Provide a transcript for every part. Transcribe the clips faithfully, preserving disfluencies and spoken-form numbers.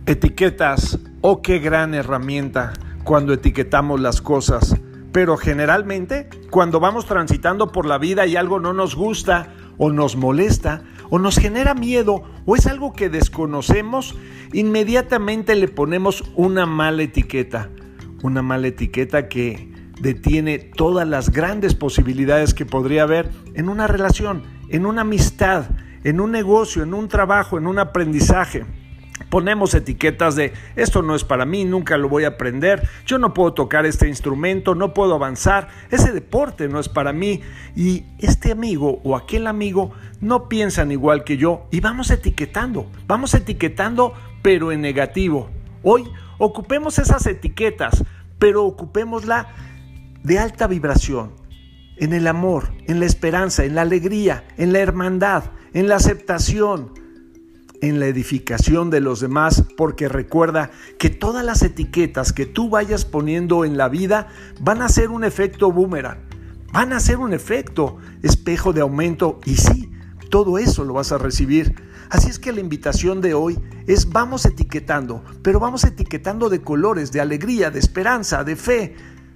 Etiquetas, oh qué gran herramienta cuando etiquetamos las cosas, pero generalmente cuando vamos transitando por la vida y algo no nos gusta o nos molesta o nos genera miedo o es algo que desconocemos, inmediatamente le ponemos una mala etiqueta, una mala etiqueta que detiene todas las grandes posibilidades que podría haber en una relación, en una amistad, en un negocio, en un trabajo, en un aprendizaje. Ponemos etiquetas de esto no es para mí, nunca lo voy a aprender, yo no puedo tocar este instrumento, no puedo avanzar, ese deporte no es para mí y este amigo o aquel amigo no piensan igual que yo y vamos etiquetando, vamos etiquetando pero en negativo. Hoy ocupemos esas etiquetas, pero ocupémosla de alta vibración, en el amor, en la esperanza, en la alegría, en la hermandad, en la aceptación, en la edificación de los demás, porque recuerda que todas las etiquetas que tú vayas poniendo en la vida van a hacer un efecto boomerang, van a hacer un efecto espejo de aumento y sí, todo eso lo vas a recibir. Así es que la invitación de hoy es vamos etiquetando, pero vamos etiquetando de colores, de alegría, de esperanza, de fe,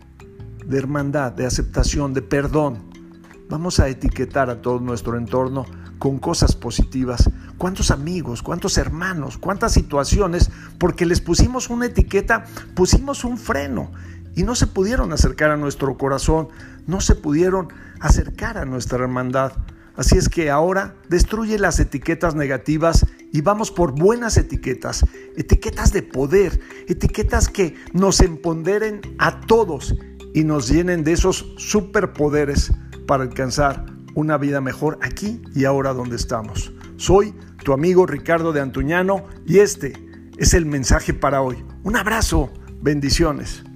de hermandad, de aceptación, de perdón. Vamos a etiquetar a todo nuestro entorno con cosas positivas. ¿Cuántos amigos, cuántos hermanos, cuántas situaciones? Porque les pusimos una etiqueta, pusimos un freno y no se pudieron acercar a nuestro corazón, no se pudieron acercar a nuestra hermandad. Así es que ahora destruye las etiquetas negativas y vamos por buenas etiquetas, etiquetas de poder, etiquetas que nos empoderen a todos y nos llenen de esos superpoderes para alcanzar una vida mejor aquí y ahora donde estamos. Soy tu amigo Ricardo de Antuñano y este es el mensaje para hoy. Un abrazo, bendiciones.